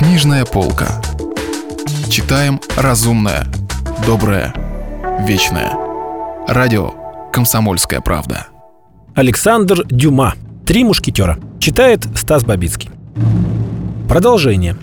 Книжная полка. Читаем разумное, доброе, вечное. Радио «Комсомольская правда». Александр Дюма. «Три мушкетера». Читает Стас Бабицкий. Продолжение.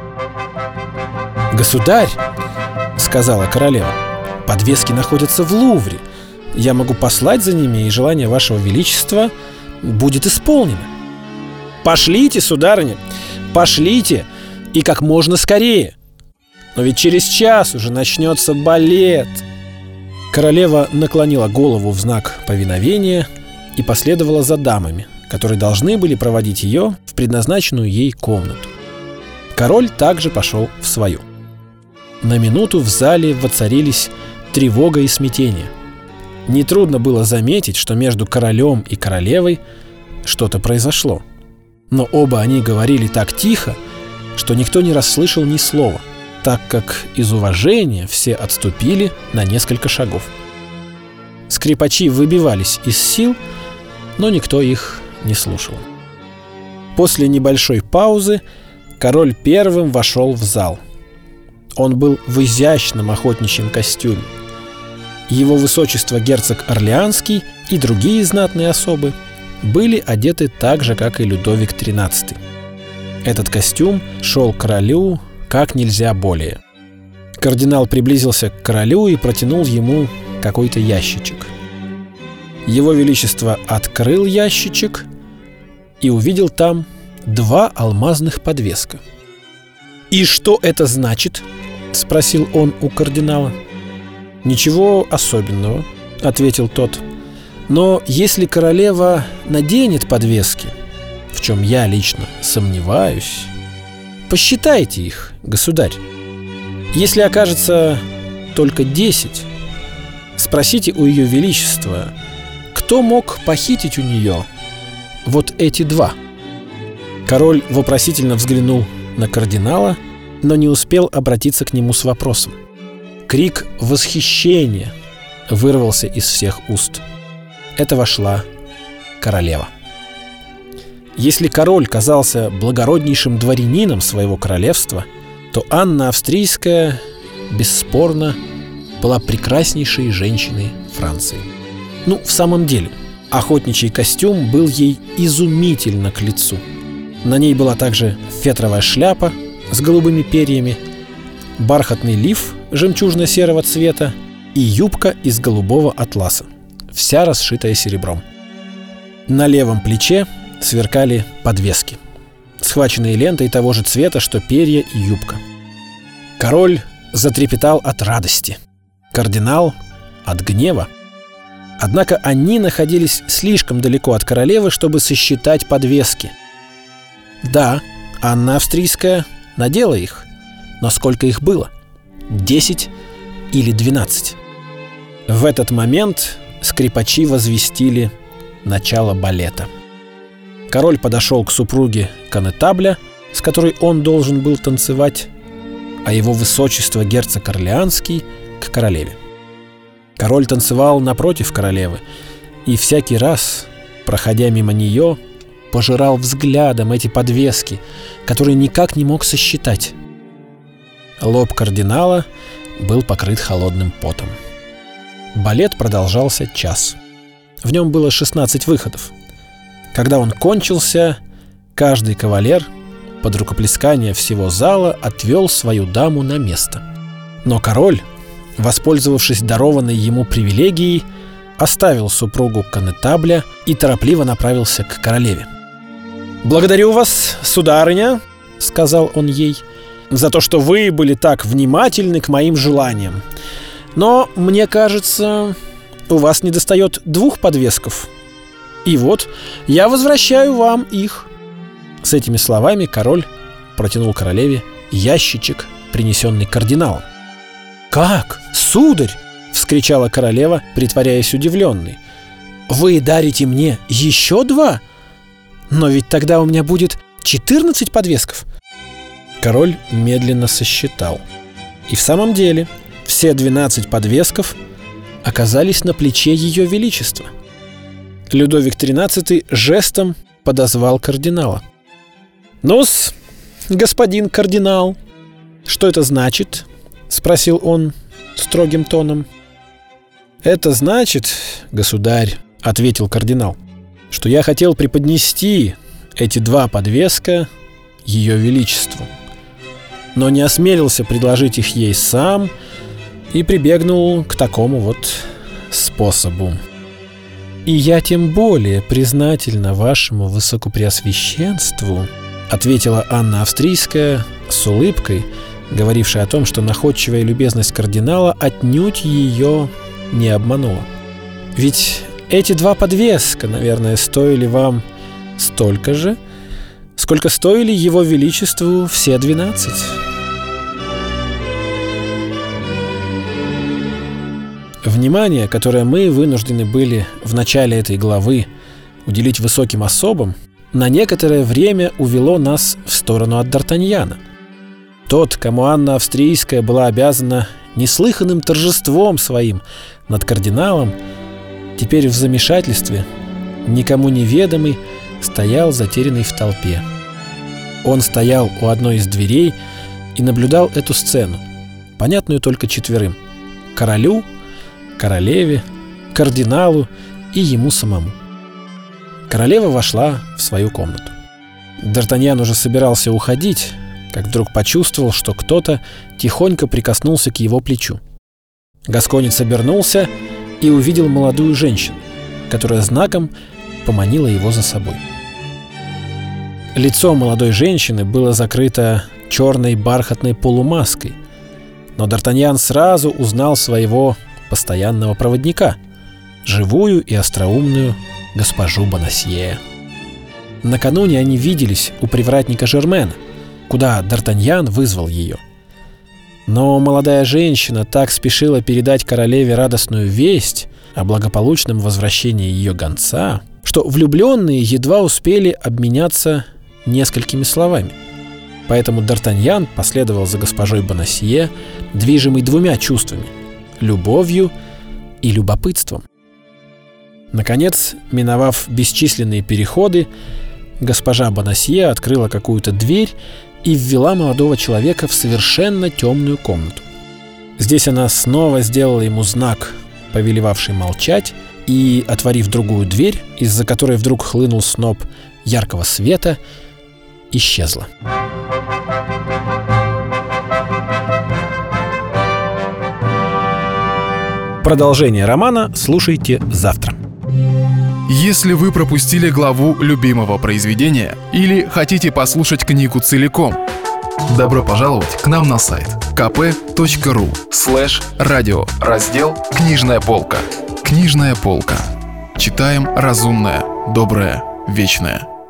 «Государь, — сказала королева, — подвески находятся в Лувре. Я могу послать за ними, и желание вашего величества будет исполнено». «Пошлите, сударыня, пошлите, и как можно скорее. Но ведь через час уже начнется балет». Королева наклонила голову в знак повиновения и последовала за дамами, которые должны были проводить ее в предназначенную ей комнату. Король также пошел в свою. На минуту в зале воцарились тревога и смятение. Нетрудно было заметить, что между королем и королевой что-то произошло. Но оба они говорили так тихо, что никто не расслышал ни слова, так как из уважения все отступили на несколько шагов. Скрипачи выбивались из сил, но никто их не слушал. После небольшой паузы король первым вошел в зал. Он был в изящном охотничьем костюме. Его высочество герцог Орлеанский и другие знатные особы были одеты так же, как и Людовик XIII. Этот костюм шел королю как нельзя более. Кардинал приблизился к королю и протянул ему какой-то ящичек. Его величество открыл ящичек и увидел там 2 алмазных подвеска. «И что это значит?» — спросил он у кардинала. «Ничего особенного», — ответил тот. «Но если королева наденет подвески, в чем я лично сомневаюсь, посчитайте их, государь. Если окажется только 10, спросите у ее величества, кто мог похитить у нее вот эти 2. Король вопросительно взглянул на кардинала, но не успел обратиться к нему с вопросом. Крик восхищения вырвался из всех уст. Это вошла королева. Если король казался благороднейшим дворянином своего королевства, то Анна Австрийская, бесспорно, была прекраснейшей женщиной Франции. В самом деле, охотничий костюм был ей изумительно к лицу. На ней была также фетровая шляпа с голубыми перьями, бархатный лиф жемчужно-серого цвета и юбка из голубого атласа, вся расшитая серебром. На левом плече сверкали подвески, схваченные лентой того же цвета, что перья и юбка. Король затрепетал от радости, кардинал — от гнева. Однако они находились слишком далеко от королевы, чтобы сосчитать подвески. Да, Анна Австрийская надела их, но сколько их было? 10 или 12? В этот момент скрипачи возвестили начало балета. Король подошел к супруге коннетабля, с которой он должен был танцевать, а его высочество герцог Орлеанский — к королеве. Король танцевал напротив королевы и всякий раз, проходя мимо нее, пожирал взглядом эти подвески, которые никак не мог сосчитать. Лоб кардинала был покрыт холодным потом. Балет продолжался час. В нем было 16 выходов. Когда он кончился, каждый кавалер под рукоплескание всего зала отвел свою даму на место. Но король, воспользовавшись дарованной ему привилегией, оставил супругу коннетабля и торопливо направился к королеве. «Благодарю вас, сударыня, — сказал он ей, — за то, что вы были так внимательны к моим желаниям. Но, мне кажется, у вас недостает 2 подвесков. И вот я возвращаю вам их». С этими словами король протянул королеве ящичек, принесенный кардиналом. «Как, сударь! — вскричала королева, притворяясь удивленной. — Вы дарите мне еще 2? Но ведь тогда у меня будет 14 подвесков». Король медленно сосчитал. И в самом деле все 12 подвесков оказались на плече ее величества. Людовик XIII жестом подозвал кардинала. «Ну-с, господин кардинал». «Что это значит?» — спросил он строгим тоном. «Это значит, государь, — ответил кардинал, — что я хотел преподнести эти 2 подвеска Ее Величеству, но не осмелился предложить их ей сам и прибегнул к такому вот способу. И я тем более признательна вашему высокопреосвященству, — ответила Анна Австрийская с улыбкой, говорившей о том, что находчивая любезность кардинала отнюдь ее не обманула. Ведь эти 2 подвеска, наверное, стоили вам столько же, сколько стоили Его Величеству все 12. Внимание, которое мы вынуждены были в начале этой главы уделить высоким особам, на некоторое время увело нас в сторону от Д'Артаньяна. Тот, кому Анна Австрийская была обязана неслыханным торжеством своим над кардиналом, теперь в замешательстве, никому неведомый, стоял затерянный в толпе. Он стоял у одной из дверей и наблюдал эту сцену, понятную только 4: королю, королеве, кардиналу и ему самому. Королева вошла в свою комнату. Д'Артаньян уже собирался уходить, как вдруг почувствовал, что кто-то тихонько прикоснулся к его плечу. Гасконец обернулся и увидел молодую женщину, которая знаком поманила его за собой. Лицо молодой женщины было закрыто черной бархатной полумаской, но Д'Артаньян сразу узнал своего постоянного проводника, живую и остроумную госпожу Бонасье. Накануне они виделись у привратника Жермена, куда Д'Артаньян вызвал ее. Но молодая женщина так спешила передать королеве радостную весть о благополучном возвращении ее гонца, что влюбленные едва успели обменяться несколькими словами. Поэтому Д'Артаньян последовал за госпожой Бонасье, движимый 2 чувствами — любовью и любопытством. Наконец, миновав бесчисленные переходы, госпожа Бонасье открыла какую-то дверь и ввела молодого человека в совершенно темную комнату. Здесь она снова сделала ему знак, повелевавший молчать, и, отворив другую дверь, из-за которой вдруг хлынул сноп яркого света, исчезла. Продолжение романа слушайте завтра. Если вы пропустили главу любимого произведения или хотите послушать книгу целиком, добро пожаловать к нам на сайт kp.ru/радио, раздел «Книжная полка». Книжная полка. Читаем разумное, доброе, вечное.